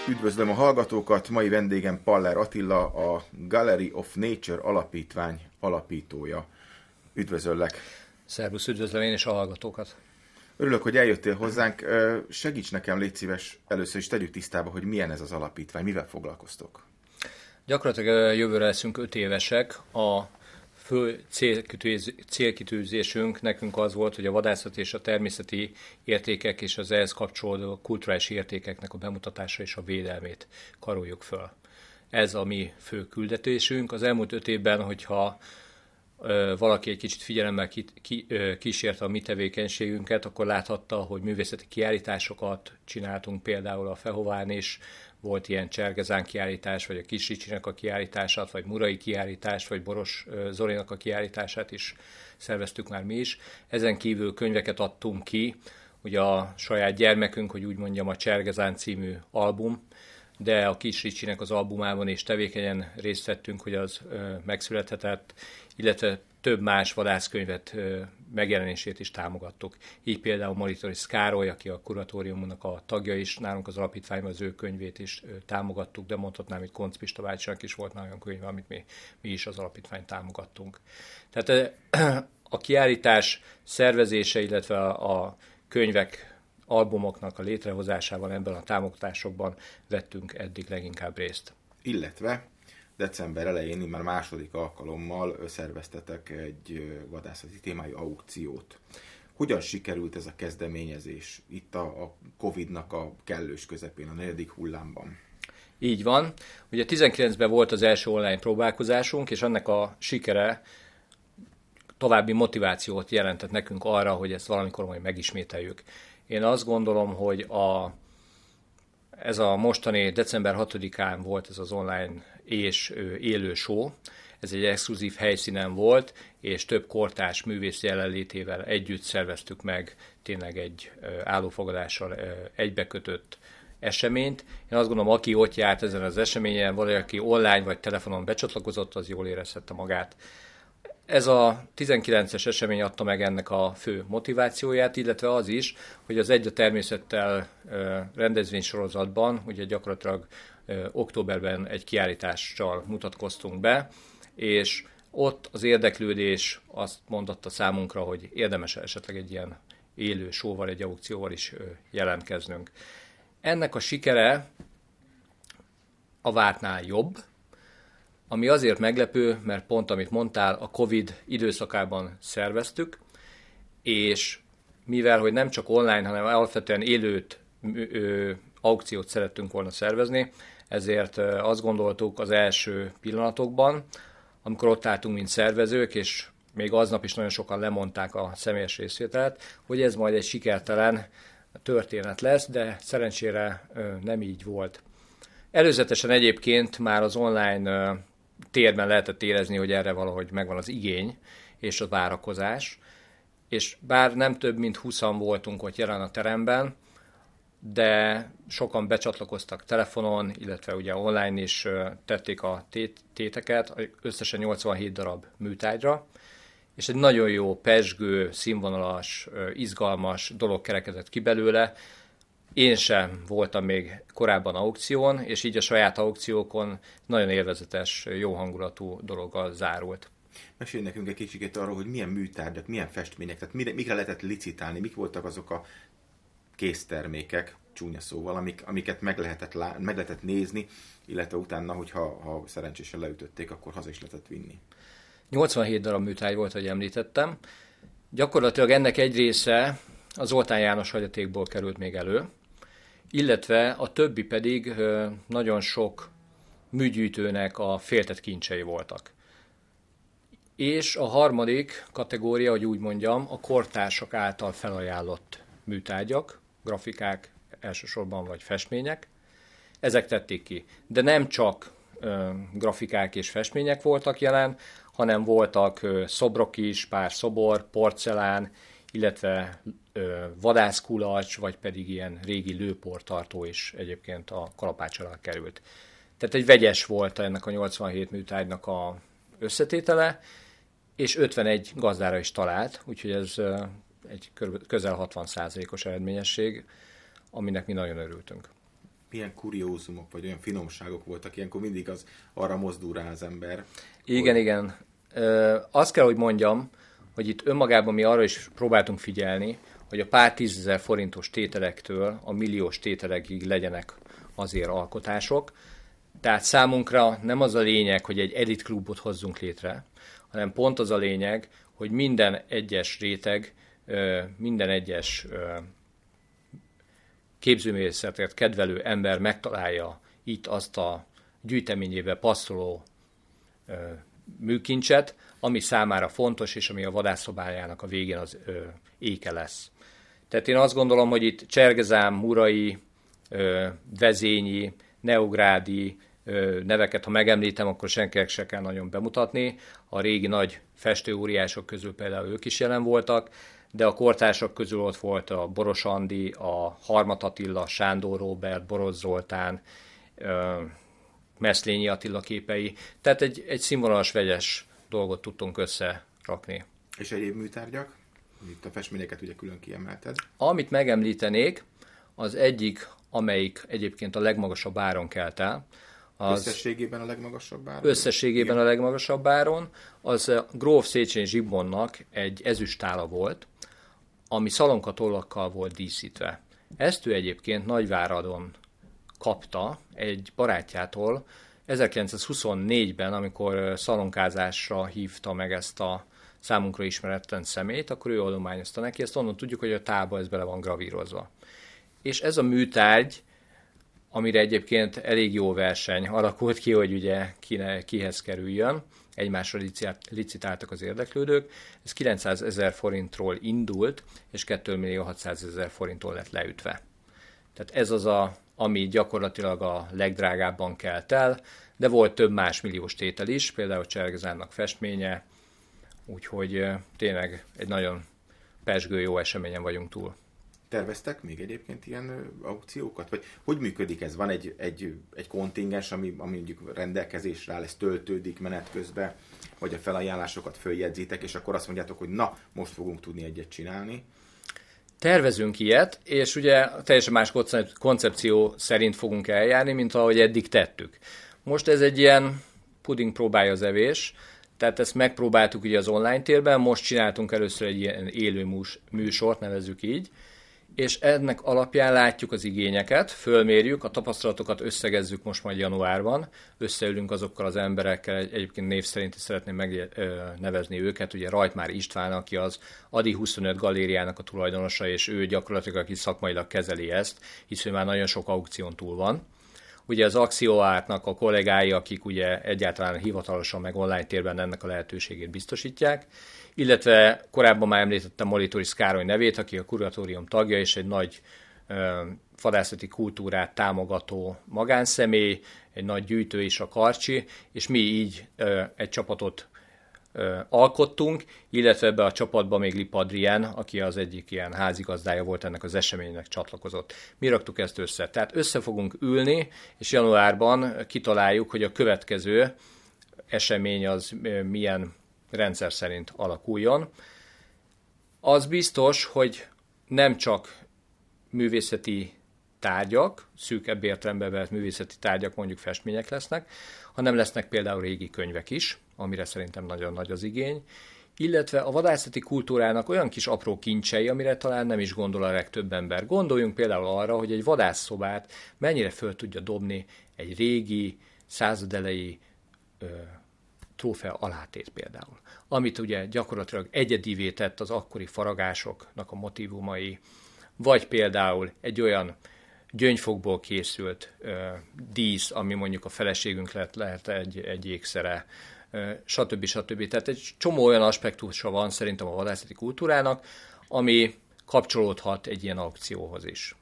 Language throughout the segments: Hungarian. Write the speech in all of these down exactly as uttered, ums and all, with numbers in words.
Üdvözlöm a hallgatókat, mai vendégem Paller Attila, a Gallery of Nature alapítvány alapítója. Üdvözöllek! Szervusz, üdvözlöm én is a hallgatókat! Örülök, hogy eljöttél hozzánk. Segíts nekem, légy szíves, először is tegyük tisztába, hogy milyen ez az alapítvány, mivel foglalkoztok? Gyakorlatilag jövőre leszünk öt évesek. A fő célkitűz, célkitűzésünk nekünk az volt, hogy a vadászat és a természeti értékek és az ehhez kapcsolódó kulturális értékeknek a bemutatása és a védelmét karoljuk föl. Ez a mi fő küldetésünk. Az elmúlt öt évben, hogyha valaki egy kicsit figyelemmel kísérte a mi tevékenységünket, akkor láthatta, hogy művészeti kiállításokat csináltunk, például a Fehován is, volt ilyen Csergezán kiállítás, vagy a Kis Ricsinek a kiállítását, vagy Murai kiállítás, vagy Boros Zolinak a kiállítását is szerveztük már mi is. Ezen kívül könyveket adtunk ki, ugye a saját gyermekünk, hogy úgy mondjam, a Csergezán című album, de a Kis Ricsinek az albumában is tevékenyen részt vettünk, hogy az ö, megszülethetett, illetve több más vadászkönyvet ö, megjelenését is támogattuk. Így például Molitoris Károly, aki a kuratóriumunknak a tagja is, nálunk az alapítványban az ő könyvét is ö, támogattuk, de mondhatnám, hogy Koncz Pista bácsinak is volt nagyon könyve, amit mi, mi is az alapítványt támogattunk. Tehát ö, a kiállítás szervezése, illetve a, a könyvek, albumoknak a létrehozásában, ebben a támogatásokban vettünk eddig leginkább részt. Illetve december elején, már második alkalommal szerveztetek egy vadászati témájú aukciót. Hogyan sikerült ez a kezdeményezés itt a, a Covidnak a kellős közepén, a negyedik hullámban? Így van. Ugye tizenkilencben volt az első online próbálkozásunk, és ennek a sikere további motivációt jelentett nekünk arra, hogy ezt valamikor majd megismételjük. Én azt gondolom, hogy a, ez a mostani december hatodikán volt ez az online és élő show. Ez egy exkluzív helyszínen volt, és több kortárs művész jelenlétével együtt szerveztük meg tényleg egy állófogadással egybekötött eseményt. Én azt gondolom, aki ott járt ezen az eseményen, valaki online vagy telefonon becsatlakozott, az jól érezhette magát. Ez a tizenkilences esemény adta meg ennek a fő motivációját, illetve az is, hogy az Egy a természettel rendezvénysorozatban, ugye gyakorlatilag októberben egy kiállítással mutatkoztunk be, és ott az érdeklődés azt mondatta számunkra, hogy érdemes esetleg egy ilyen élő showval, egy aukcióval is jelentkeznünk. Ennek a sikere a vártnál jobb, ami azért meglepő, mert pont amit mondtál, a Covid időszakában szerveztük, és mivel, hogy nem csak online, hanem alapvetően élőt, ö, aukciót szerettünk volna szervezni, ezért azt gondoltuk az első pillanatokban, amikor ott álltunk, mint szervezők, és még aznap is nagyon sokan lemondták a személyes részvételt, hogy ez majd egy sikertelen történet lesz, de szerencsére ö, nem így volt. Előzetesen egyébként már az online ö, térben lehetett érezni, hogy erre valahogy megvan az igény és a várakozás, és bár nem több mint húszan voltunk ott jelen a teremben, de sokan becsatlakoztak telefonon, illetve ugye online is tették a téteket, összesen nyolcvanhét darab műtárgyra, és egy nagyon jó, pezsgő, színvonalas, izgalmas dolog kerekedett ki belőle. Én sem voltam még korábban aukción, és így a saját aukciókon nagyon élvezetes, jó hangulatú dologgal zárult. Mesélj nekünk egy kicsit arról, hogy milyen műtárgyak, milyen festmények, tehát mire, mikre lehetett licitálni, mik voltak azok a késztermékek, csúnya szóval, amik, amiket meg lehetett, lá, meg lehetett nézni, illetve utána, hogyha ha szerencsésen leütötték, akkor haza is lehetett vinni. nyolcvanhét darab műtárgy volt, ahogy említettem. Gyakorlatilag ennek egy része az Zoltán János hagyatékból került még elő, illetve a többi pedig nagyon sok műgyűjtőnek a féltett kincsei voltak. És a harmadik kategória, hogy úgy mondjam, a kortársak által felajánlott műtárgyak, grafikák elsősorban vagy festmények. Ezek tették ki. De nem csak ö, grafikák és festmények voltak jelen, hanem voltak ö, szobrok is, pár szobor, porcelán, illetve ö, vadászkulacs, vagy pedig ilyen régi lőportartó is egyébként a kalapács alá került. Tehát egy vegyes volt ennek a nyolcvanhét műtárgynak a összetétele, és ötvenegy gazdára is talált, úgyhogy ez egy közel hatvan százalékos eredményesség, aminek mi nagyon örültünk. milyen kuriózumok, vagy olyan finomságok voltak, ilyenkor mindig az arra mozdul rá az ember. Igen, hogy... igen. Ö, azt kell, hogy mondjam, hogy itt önmagában mi arra is próbáltunk figyelni, hogy a pár tízezer forintos tételektől a milliós tételekig legyenek azért alkotások. Tehát számunkra nem az a lényeg, hogy egy elitklubot hozzunk létre, hanem pont az a lényeg, hogy minden egyes réteg, minden egyes képzőművészetet kedvelő ember megtalálja itt azt a gyűjteményébe passzoló műkincset, ami számára fontos, és ami a vadászszobájának a végén az éke lesz. Tehát én azt gondolom, hogy itt Csergezám, Murai, Vezényi, Neográdi neveket, ha megemlítem, akkor senkinek se kell nagyon bemutatni. A régi nagy festőóriások közül például ők is jelen voltak, de a kortársak közül ott volt a Boros Andi, a Harmat Attila, Sándor Róbert, Boros Zoltán, Meszlényi Attila képei. Tehát egy, egy színvonalas, vegyes dolgot tudtunk összerakni. És egyéb műtárgyak? Itt a festményeket ugye külön kiemelted. Amit megemlítenék, az egyik, amelyik egyébként a legmagasabb áron kelt el. Az összességében a legmagasabb áron? Összességében igen. A legmagasabb áron. Az Gróf Széchenyi Zsigmondnak egy ezüstála volt, ami szalonkatollakkal volt díszítve. Ezt ő egyébként Nagyváradon kapta egy barátjától ezerkilencszázhuszonnégyben, amikor szalonkázásra hívta meg ezt a számunkra ismeretlen személyt, akkor ő adományozta neki, ezt onnan tudjuk, hogy a tálba ez bele van gravírozva. És ez a műtárgy, amire egyébként elég jó verseny alakult ki, hogy ugye kine, kihez kerüljön, egymásra licitáltak az érdeklődők, ez kilencszázezer forintról indult, és két millió hatszázezer forinttól lett leütve. Tehát ez az, a, ami gyakorlatilag a legdrágábban kelt el, de volt több más milliós tétel is, például Csergezámnak festménye, úgyhogy tényleg egy nagyon pezsgő jó eseményen vagyunk túl. Terveztek még egyébként ilyen aukciókat? Vagy hogy működik ez? Van egy, egy, egy kontingens, ami, ami mondjuk rendelkezésre áll, ez töltődik menet közben, vagy a felajánlásokat följegyzitek, és akkor azt mondjátok, hogy na, most fogunk tudni egyet csinálni? Tervezünk ilyet, és ugye teljesen más koncepció szerint fogunk eljárni, mint ahogy eddig tettük. Most ez egy ilyen puding próbálja az evés, tehát ezt megpróbáltuk ugye az online térben, most csináltunk először egy ilyen élő műsort, nevezzük így, és ennek alapján látjuk az igényeket, fölmérjük, a tapasztalatokat összegezzük most majd januárban, összeülünk azokkal az emberekkel, egyébként név szerint is szeretném megnevezni őket, ugye Rajtmár István, aki az Adi huszonöt galériának a tulajdonosa, és ő gyakorlatilag, aki szakmailag kezeli ezt, hiszen már nagyon sok aukción túl van. Ugye az Axióártnak a kollégái, akik ugye egyáltalán hivatalosan meg online térben ennek a lehetőségét biztosítják, illetve korábban már említettem Molitoris Károly nevét, aki a kuratórium tagja, és egy nagy ö, vadászati kultúrát támogató magánszemély, egy nagy gyűjtő is a Karcsi, és mi így ö, egy csapatot ö, alkottunk, illetve ebbe a csapatba még Lip Adrien, aki az egyik ilyen házigazdája volt ennek az eseménynek, csatlakozott. Mi raktuk ezt össze. Tehát össze fogunk ülni, és januárban kitaláljuk, hogy a következő esemény az ö, milyen rendszer szerint alakuljon. Az biztos, hogy nem csak művészeti tárgyak, szűkebb értelembe vett művészeti tárgyak, mondjuk festmények lesznek, hanem lesznek például régi könyvek is, amire szerintem nagyon nagy az igény, illetve a vadászati kultúrának olyan kis apró kincsei, amire talán nem is gondol a legtöbb ember. Gondoljunk például arra, hogy egy vadászszobát mennyire föl tudja dobni egy régi, századelei ö, trófea alátét például, amit ugye gyakorlatilag egyedivé tett az akkori faragásoknak a motívumai, vagy például egy olyan gyöngyfogból készült ö, dísz, ami mondjuk a feleségünk lehet, lehet egy, egy ékszere, ö, stb. stb. Tehát egy csomó olyan aspektusa van szerintem a vadászati kultúrának, ami kapcsolódhat egy ilyen aukcióhoz is.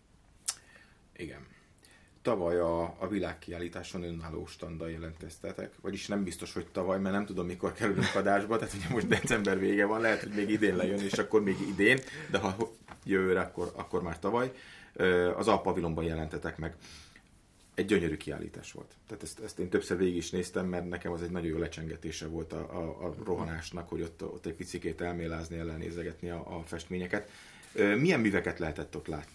Igen. Tavaly a, a világkiállításon önálló standdal jelentkeztetek, vagyis nem biztos, hogy tavaly, mert nem tudom, mikor kerülünk adásba, tehát ugye most december vége van, lehet, hogy még idén lejön, és akkor még idén, de ha jövőre, akkor, akkor már tavaly. Az Alpavilonban jelentetek meg. Egy gyönyörű kiállítás volt. Tehát ezt, ezt én többször végig is néztem, mert nekem az egy nagyon jó lecsengetése volt a, a, a rohanásnak, hogy ott, ott egy picikét elmélázni, ellenézegetni a, a festményeket. Milyen műveket lehetett ott látni?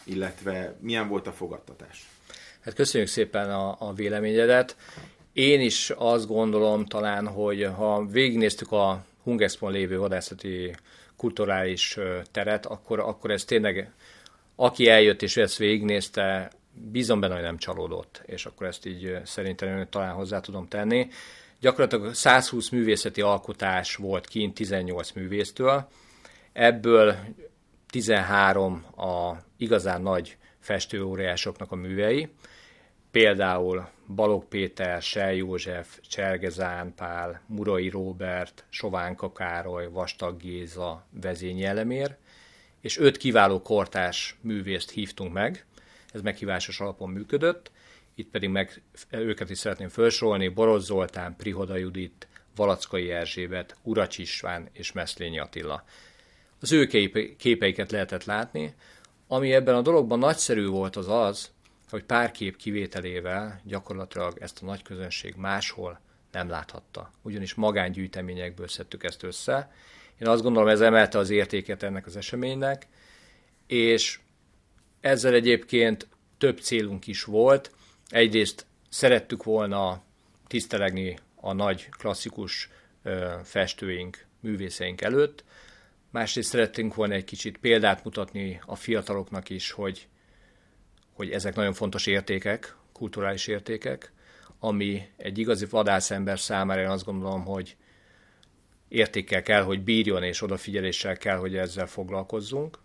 illetve milyen volt a fogadtatás? Hát köszönjük szépen a, a véleményedet. Én is azt gondolom talán, hogy ha végignéztük a Hungexpon lévő vadászati kulturális teret, akkor, akkor ez tényleg, aki eljött és ezt végignézte, bízom benne, hogy nem csalódott, és akkor ezt így szerintem talán hozzá tudom tenni. Gyakorlatilag százhúsz művészeti alkotás volt kint tizennyolc művésztől, ebből tizenhárom a igazán nagy festőóriásoknak a művei, például Balogh Péter, Sely József, Cserge Zán Pál, Murai Róbert, Sovánka Károly, Vastag Géza, Vezényi Elemér, és öt kiváló kortárs művészt hívtunk meg, ez meghívásos alapon működött, itt pedig meg őket is szeretném felsorolni: Borosz Zoltán, Prihoda Judit, Valackai Erzsébet, Uracs István és Meszlényi Attila. Az ő képeiket lehetett látni. Ami ebben a dologban nagyszerű volt, az az, hogy pár kép kivételével gyakorlatilag ezt a nagy közönség máshol nem láthatta. Ugyanis magángyűjteményekből szedtük ezt össze. Én azt gondolom, ez emelte az értéket ennek az eseménynek, és ezzel egyébként több célunk is volt. Egyrészt szerettük volna tisztelegni a nagy klasszikus festőink, művészeink előtt, másrészt szerettünk volna egy kicsit példát mutatni a fiataloknak is, hogy, hogy ezek nagyon fontos értékek, kulturális értékek, ami egy igazi vadászember számára én azt gondolom, hogy értékkel kell, hogy bírjon, és odafigyeléssel kell, hogy ezzel foglalkozzunk.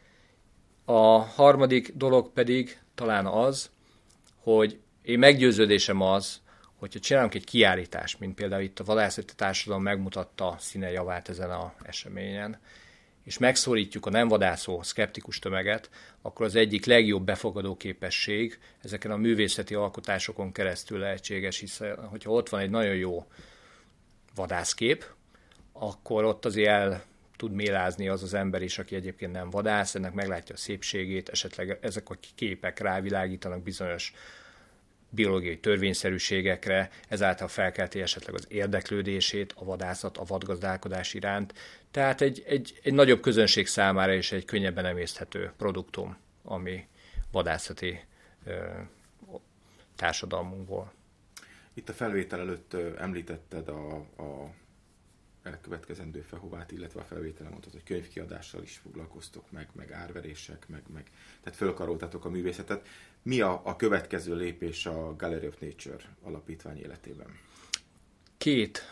A harmadik dolog pedig talán az, hogy én meggyőződésem az, hogyha csinálunk egy kiállítást, mint például itt a Vadászati Társadalom megmutatta színe javát ezen az eseményen, és megszólítjuk a nem vadászó, szkeptikus tömeget, akkor az egyik legjobb befogadó képesség ezeken a művészeti alkotásokon keresztül lehetséges, hiszen hogyha ott van egy nagyon jó vadászkép, akkor ott azért el tud mélázni az az ember is, aki egyébként nem vadász, ennek meglátja a szépségét, esetleg ezek a képek rávilágítanak bizonyos biológiai törvényszerűségekre, ezáltal felkelti esetleg az érdeklődését a vadászat, a vadgazdálkodás iránt. Tehát egy, egy, egy nagyobb közönség számára is egy könnyebben emészthető produktum, ami vadászati ö, társadalmunkból. Itt a felvétel előtt ö, említetted a, a elkövetkezendő Fehovát, illetve a felvételen mondtad, hogy könyvkiadással is foglalkoztok meg, meg árverések, meg, meg tehát fölkaroltatok a művészetet. Mi a, a következő lépés a Gallery of Nature alapítvány életében? Két,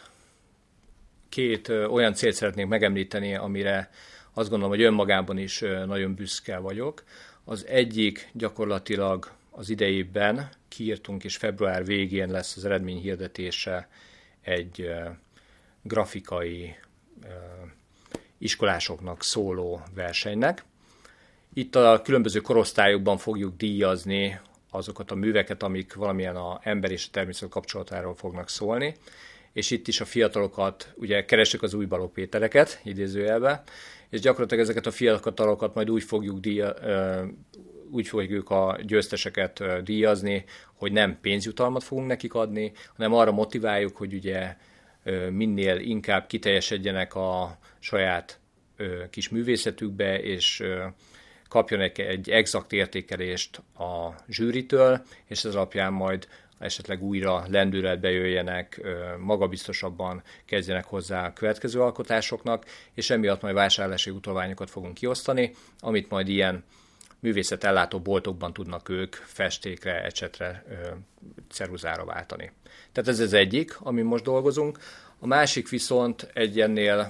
két ö, olyan célt szeretnék megemlíteni, amire azt gondolom, hogy önmagában is ö, nagyon büszke vagyok. Az egyik gyakorlatilag az idejében kiírtunk, és február végén lesz az eredmény hirdetése egy ö, grafikai ö, iskolásoknak szóló versenynek. Itt a különböző korosztályokban fogjuk díjazni azokat a műveket, amik valamilyen az ember és a természet kapcsolatáról fognak szólni, és itt is a fiatalokat, ugye keressük az új Balogh Pétereket, idézőjelbe, és gyakorlatilag ezeket a fiatalokat majd úgy fogjuk, díja, úgy fogjuk a győzteseket díjazni, hogy nem pénzjutalmat fogunk nekik adni, hanem arra motiváljuk, hogy ugye minél inkább kiteljesedjenek a saját kis művészetükbe, és kapjon egy, egy exakt értékelést a zsűritől, és ez alapján majd esetleg újra lendületbe jöjjenek, magabiztosabban kezdjenek hozzá a következő alkotásoknak, és emiatt majd vásárlási utalványokat fogunk kiosztani, amit majd ilyen művészetellátó boltokban tudnak ők festékre, ecsetre, ceruzára váltani. Tehát ez az egyik, amin most dolgozunk. A másik viszont egy ennél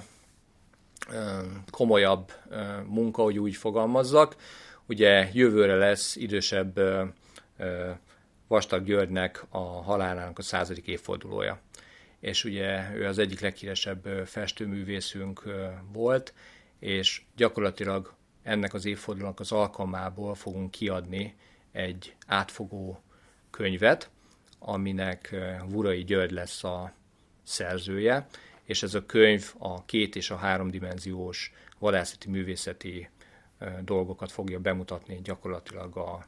komolyabb munka, hogy úgy fogalmazzak. Ugye jövőre lesz idősebb Vastag Györgynek a halálának a századik évfordulója. És ugye ő az egyik leghíresebb festőművészünk volt, és gyakorlatilag ennek az évfordulónak az alkalmából fogunk kiadni egy átfogó könyvet, aminek Vurai György lesz a szerzője, és ez a könyv a két és a háromdimenziós vadászati művészeti dolgokat fogja bemutatni gyakorlatilag a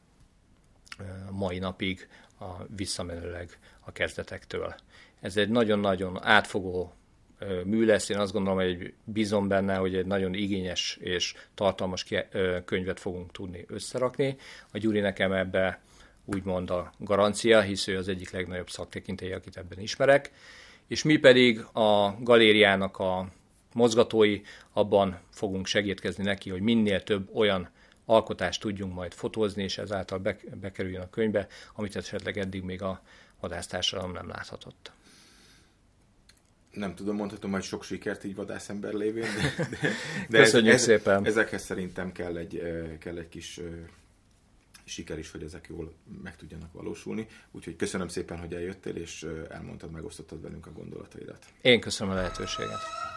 mai napig, a visszamenőleg a kezdetektől. Ez egy nagyon-nagyon átfogó mű lesz. Én azt gondolom, hogy bízom benne, hogy egy nagyon igényes és tartalmas könyvet fogunk tudni összerakni. A Gyuri nekem ebbe úgymond a garancia, hisz ő az egyik legnagyobb szaktekintély, akit ebben ismerek. És mi pedig a galériának a mozgatói, abban fogunk segítkezni neki, hogy minél több olyan alkotást tudjunk majd fotózni, és ezáltal bekerüljön a könyvbe, amit esetleg eddig még a vadásztársadalom nem láthatott. Nem tudom, mondhatom, hogy sok sikert így vadászember lévén, de, de, de Köszönjük ez, szépen. Ezekhez szerintem kell egy, kell egy kis siker is, hogy ezek jól meg tudjanak valósulni. Úgyhogy köszönöm szépen, hogy eljöttél, és elmondtad, megosztottad velünk a gondolataidat. Én köszönöm a lehetőséget.